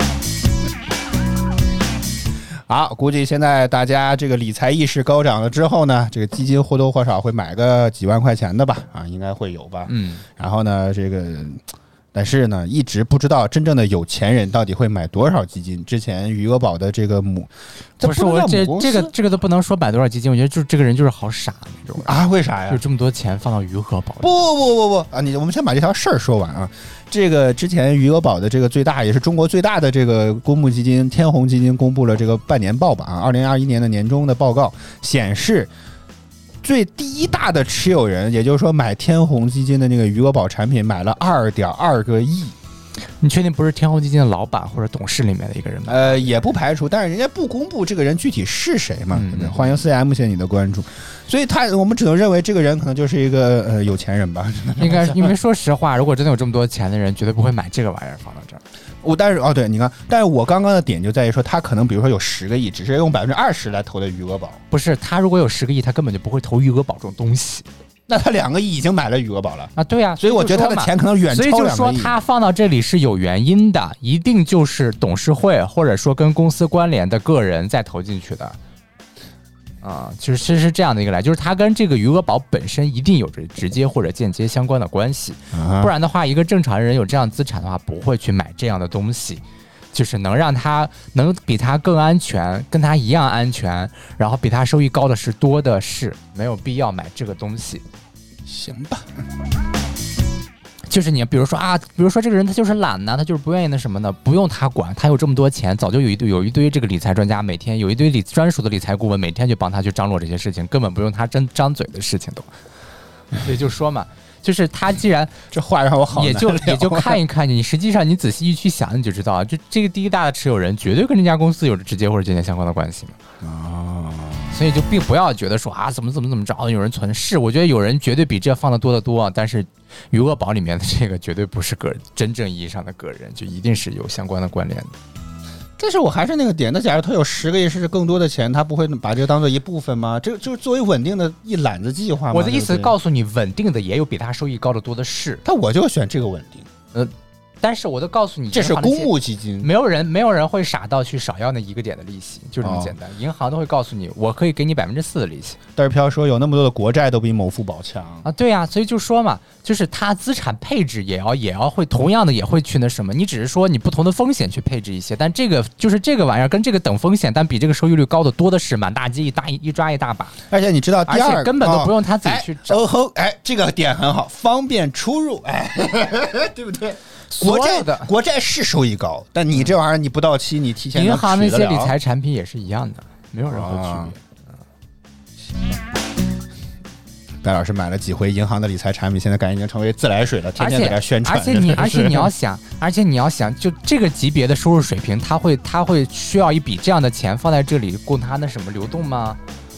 好，估计现在大家这个理财意识高涨了之后呢，这个基金或多或少会买个几万块钱的吧？啊，应该会有吧？嗯。然后呢，这个。但是呢，一直不知道真正的有钱人到底会买多少基金。之前余额宝的这个母， 不是我这这个这个都不能说买多少基金，我觉得就这个人就是好傻那种啊！为啥呀？ 有这么多钱放到余额宝？ 不不不不不啊！你我们先把这条事儿说完啊。这个之前余额宝的这个最大也是中国最大的这个公募基金天弘基金公布了这个半年报吧啊，二零二一年的年中的报告显示。最第一大的持有人，也就是说买天弘基金的那个余额宝产品买了二点二个亿， 你确定不是天弘基金的老板或者董事里面的一个人吗？ 呃，也不排除，但是人家不公布这个人具体是谁嘛， 嗯、 对不对？欢迎 C M 谢谢你的关注，所以他我们只能认为这个人可能就是一个呃有钱人吧。 应该，因为说实话，如果真的有这么多钱的人，绝对不会买这个玩意儿放到这儿。 我但是哦，对，你看，但是我刚刚的点就在于说，他可能比如说有十个亿，只是用百分之二十来投的余额宝。 不是，他如果有十个亿，他根本就不会投余额宝这种东西。 那他两个亿已经买了余额宝了啊，对啊， 所以我觉得他的钱可能远超两个亿。 所以就说他放到这里是有原因的，一定就是董事会或者说跟公司关联的个人再投进去的。啊，其实是这样的一个来，就是他跟这个余额宝本身一定有着直接或者间接相关的关系， 啊、 不然的话，一个正常人有这样资产的话，不会去买这样的东西。就是能让他能比他更安全，跟他一样安全，然后比他收益高的是多的是，没有必要买这个东西。 行吧， 就是你比如说啊，比如说这个人他就是懒呢，他就是不愿意那什么呢，不用他管，他有这么多钱，早就有一堆有一堆这个理财专家，每天有一堆理专属的理财顾问，每天就帮他去张罗这些事情，根本不用他真张嘴的事情都。所以就说嘛。就是他既然这话让我好也就也就看一看你，实际上你仔细一去想，你就知道，就这个第一大的持有人绝对跟这家公司有着直接或者间接相关的关系嘛。 哦， 所以就并不要觉得说啊怎么怎么怎么着，有人存是，我觉得有人绝对比这放的多得多，但是余额宝里面的这个绝对不是个真正意义上的个人，就一定是有相关的关联的。 但是我还是那个点，那假如他有十个亿是更多的钱，他不会把这个当做一部分吗？这就是作为稳定的一揽子计划吗？ 我的意思对对告诉你，稳定的也有比他收益高的多的是。 但我就选这个稳定。 呃，但是我都告诉你， 这是公募基金， 没有人没有人会傻到去少要那一个点的利息，就这么简单。哦、银行都会告诉你，我可以给你百分之四的利息。 但是飘说有那么多的国债都比某付宝强啊，对呀、啊，所以就说嘛，就是它资产配置也要也要会同样的也会去那什么，你只是说你不同的风险去配置一些，但这个就是这个玩意儿跟这个等风险，但比这个收益率高的多的是，满大街一大一抓一大把。 而且你知道，第二而且根本都不用他自己去找。 哦吼，哎，这个点很好，方便出入，哎，对不对？国债的国债是收益高，但你这玩意儿你不到期，你提前银行那些理财产品也是一样的，没有任何区别。啊白老师买了几回银行的理财产品，现在感觉已经成为自来水了，天天在这宣传。 而且你，而且你要想，而且你要想，就这个级别的收入水平，他会他会需要一笔这样的钱放在这里供他那什么流动吗？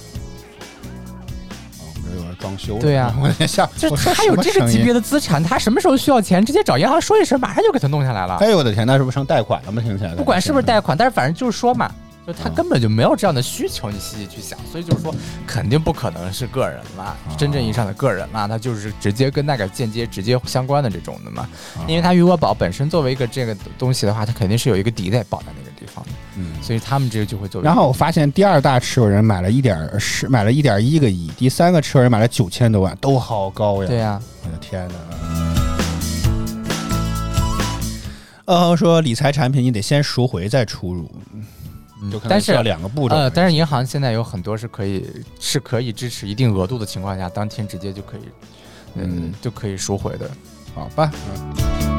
装修对呀、啊， 我在想， 就是他有这个级别的资产，他什么时候需要钱，直接找银行说一声，马上就给他弄下来了。 哎呦我的天，那是不是成贷款了吗？听起来不管是不是贷款，但是反正就是说嘛，就他根本就没有这样的需求，你细细去想，所以就是说，肯定不可能是个人啦，真正意义上的个人啦，他就是直接跟那个间接直接相关的这种的嘛，因为他余额宝本身作为一个这个东西的话，它肯定是有一个底在保在那个地方的。嗯，所以他们这个就会作为。 然后我发现第二大持有人买了一点是买了一点一个亿，第三个持有人买了九千多万，都好高呀！ 对呀、啊， 我的天哪！呃，说理财产品你得先赎回再出入， 嗯、 就可能需要两个步骤。 呃，但是银行现在有很多是可以是可以支持一定额度的情况下，当天直接就可以，嗯，就可以赎回的， 好吧？嗯。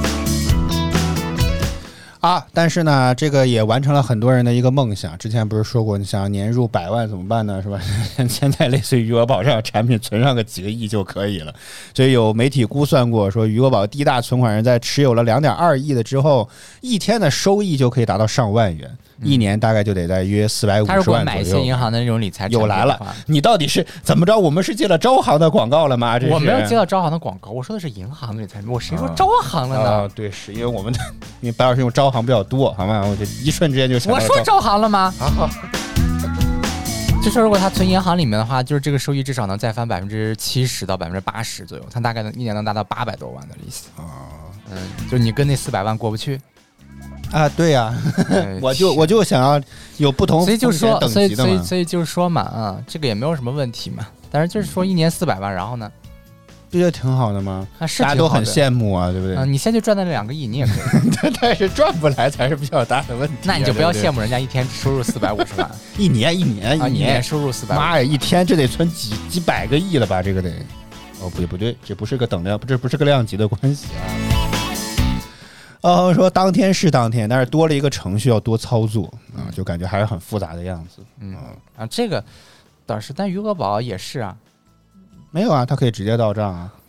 啊，但是呢，这个也完成了很多人的一个梦想。之前不是说过，你想要年入百万怎么办呢？是吧？现在类似于余额宝这样的产品，存上个几个亿就可以了。所以有媒体估算过，说余额宝第一大存款人在持有了两点二亿的之后，一天的收益就可以达到上万元。一年大概就得在约四百五十万左右。他如果买一些银行的那种理财产品又来了，你到底是怎么着？我们是接了招行的广告了吗？这是我没有接到招行的广告，我说的是银行的理财产品。我谁说招行了呢？ 啊啊、对，是因为我们的因为白老师用招行比较多，好吗？我就一瞬之间就想到我说招行了吗？ 啊， 就说如果他存银行里面的话，就是这个收益至少能再翻百分之七十到百分之八十左右，他大概一年能达到八百多万的利息啊。嗯，就你跟那四百万过不去。 啊，对呀、啊，我就我就想要有不同， 所以就说，所以所以所以就是说嘛，啊、嗯，这个也没有什么问题嘛。但是就是说一年四百万，然后呢， 不觉得挺好的吗？ 啊，是大家都很羡慕啊，对不对？ 啊，你先去赚那两个亿，你也可以， 但是赚不来才是比较大的问题、啊。 那你就不要羡慕人家一天收入四百五十万， 一年一年啊， 一年收入四百， 妈呀，一天这得存几几百个亿了吧？这个得，哦，不对不对，这不是个等量，这不是个量级的关系啊。呃，说当天是当天，但是多了一个程序要多操作啊，就感觉还是很复杂的样子。 嗯啊，这个倒是，但余额宝也是啊， 没有啊，它可以直接到账啊。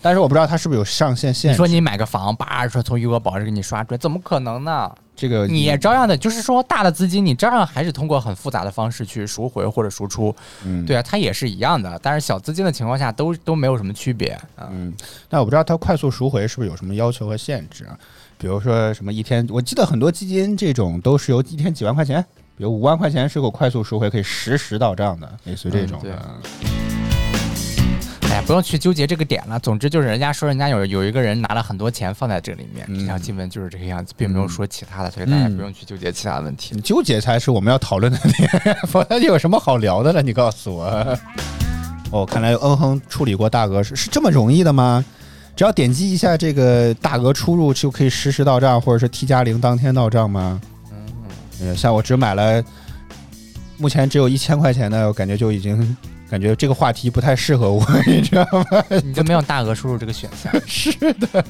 但是我不知道它是不是有上限限制。 你说你买个房，叭说从余额宝这给你刷出来，怎么可能呢？ 这个你也照样的，就是说大的资金，你照样还是通过很复杂的方式去赎回或者输出， 嗯， 对啊，它也是一样的。但是小资金的情况下都都没有什么区别啊。 嗯，但我不知道它快速赎回是不是有什么要求和限制啊？比如说什么一天，我记得很多基金这种都是由一天几万块钱，比如五万块钱是够快速赎回，可以实时到账的，类似于这种的。 嗯哎，不用去纠结这个点了。总之就是人家说人家有有一个人拿了很多钱放在这里面， 嗯、 这条新闻就是这个样子，并没有说其他的，所以大家不用去纠结其他的问题。 你纠结才是我们要讨论的点，否则有什么好聊的了？你告诉我。哦，看来嗯哼处理过大额是是这么容易的吗？只要点击一下这个大额出入就可以实时到账，或者是 T 加零当天到账吗？嗯，像我只买了，目前只有一千块钱的，我感觉就已经。感觉这个话题不太适合我，你知道吗？ 你就没有大额输入这个选项？ 是的，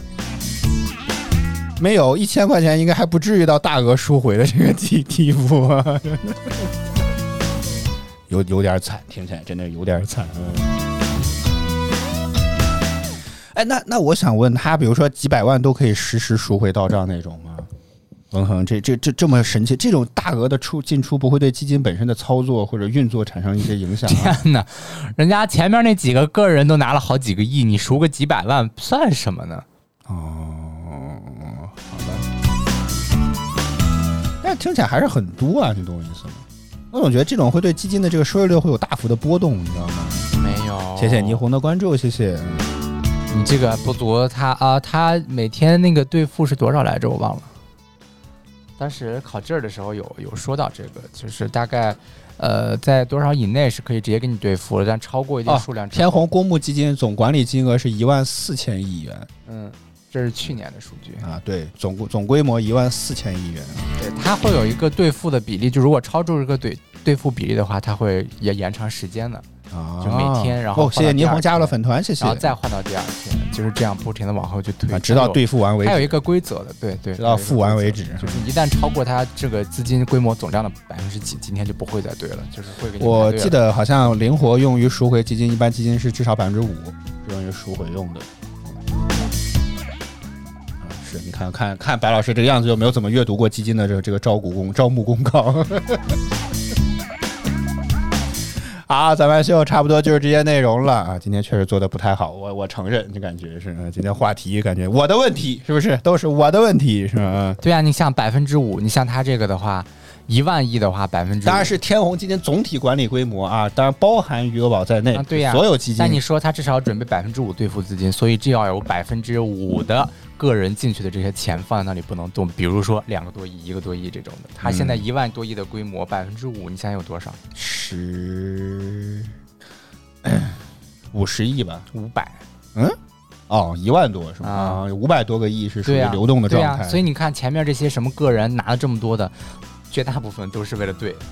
没有一千块钱，应该还不至于到大额赎回的这个地地步啊，有有点惨，听起来真的有点惨。哎，那那我想问他，比如说几百万都可以实时赎回到账那种吗？文恒，这这这这么神奇，这种大额的出进出不会对基金本身的操作或者运作产生一些影响、啊？ 天哪，人家前面那几个个人都拿了好几个亿，你赎个几百万算什么呢？ 哦，好吧，但听起来还是很多啊，你懂我意思吗？我总觉得这种会对基金的这个收益率会有大幅的波动，你知道吗？ 没有， 谢谢霓虹的关注，谢谢。 你这个不足，他啊，他每天那个兑付是多少来着？我忘了。当时考证的时候有有说到这个，就是大概，呃，在多少以内是可以直接给你兑付了，但超过一定数量之后、 哦，天弘公募基金总管理金额是一万四千亿元。 嗯，这是去年的数据啊，对，总总规模一万四千亿元。 对，它会有一个兑付的比例，就如果超出这个兑兑付比例的话，它会也延长时间的。 啊， 就每天，然后哦，谢谢霓虹加入了粉团，谢谢， 然后再换到第二天，就是这样不停的往后去推， 啊、直到兑付完为止。 还有一个规则的，对对， 直到付完为止。 就是一旦超过它这个资金规模总量的百分之几，今天就不会再兑了，就是会给你。 我记得好像灵活用于赎回基金，一般基金是至少百分之五用于赎回用的。啊，是你看看看白老师这个样子，有没有怎么阅读过基金的这个这个招股公招募公告？好，咱们秀差不多就是这些内容了啊！今天确实做的不太好，我我承认，你感觉是今天话题感觉我的问题是不是都是我的问题是吧？ 对啊，你像百分之五，你像他这个的话，一万亿的话，百分之当然是天弘基金总体管理规模啊，当然包含余额宝在内， 啊、对呀、啊， 所有基金。 但你说他至少要准备百分之五兑付资金，所以这要有百分之五的个人进去的这些钱放在那里不能动，比如说两个多亿、一个多亿这种的，他现在一万多亿的规模，百分之五，你想想有多少？ 十。五十亿吧， 五百， 嗯，哦，一万多是吧？啊，五百多个亿是属于流动的状态、 对啊对啊。所以你看前面这些什么个人拿了这么多的，绝大部分都是为了兑。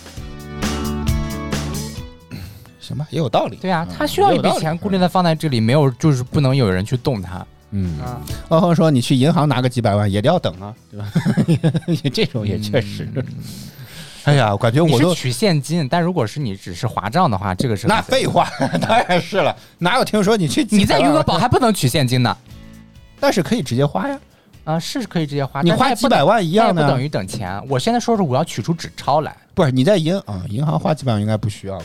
行吧，也有道理。 对啊，他需要一笔钱固定的放在这里，没有就是不能有人去动它。 嗯，汪峰说你去银行拿个几百万也得要等啊，对吧？这种也确实。嗯哎呀，我感觉我都取现金，但如果是你只是划账的话，这个是那废话，当然是了。哪有听说你去你在余额宝还不能取现金呢？ 但是可以直接花呀。 啊，是可以直接花。 你花几百万一样的， 不等于等钱。我现在说是我要取出纸钞来， 不是你在银啊银行花几百万应该不需要吧？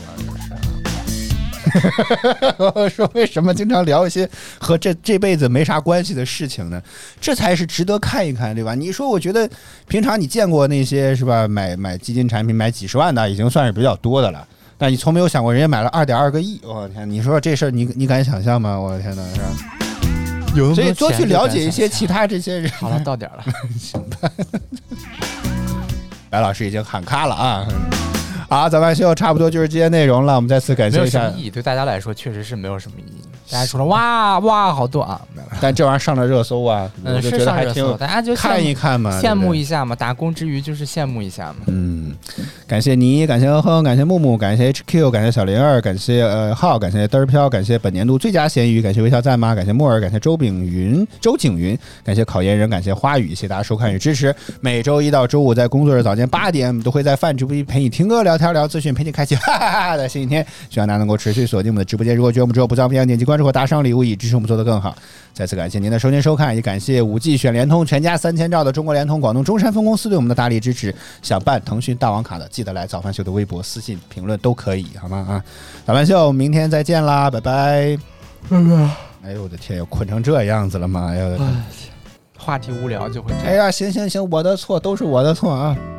我说为什么经常聊一些和这这辈子没啥关系的事情呢？这才是值得看一看，对吧？你说，我觉得平常你见过那些是吧？买买基金产品买几十万的已经算是比较多的了，但你从没有想过人家买了二点二个亿，我天！你说这事儿你你敢想象吗？我的天哪，是吧？有，所以多去了解一些其他这些人。 好了，到点了， 行吧。白老师已经喊卡了啊！好，早饭秀差不多就是这些内容了。我们再次感谢一下。 没有什么意义，对大家来说确实是没有什么意义。大家说了哇哇好多啊， 但这玩意儿上了热搜啊， 嗯， 我就觉得还挺有， 大家就看一看嘛， 羡慕一下嘛，打工之余就是羡慕一下嘛。 嗯， 感谢你，感谢哼哼，感谢木木，感谢 H Q， 感谢小灵儿，感谢呃浩，感谢嘚儿飘，感谢本年度最佳咸鱼，感谢微笑赞妈，感谢木耳，感谢周炳云、周景云，感谢考研人，感谢花语，谢谢大家收看与支持。每周一到周五在工作日早间八点，都会在饭直播陪你听歌、聊天、聊资讯，陪你开启哈哈哈的新一天。希望大家能够持续锁定我们的直播间。如果觉得我们之后不脏不一点击关注或打赏礼物，以支持我们做得更好。再次感谢您的收听收看，也感谢五 G 选联通全家三千兆的中国联通广东中山分公司对我们的大力支持。想办腾讯大王卡的，记得来早饭秀的微博私信评论都可以，好吗？啊，早饭秀明天再见啦，拜拜。拜拜。哎呦我的天，要困成这样子了吗？哎呦我的天， 话题无聊就会这样。 哎呀，行行行，我的错，都是我的错啊。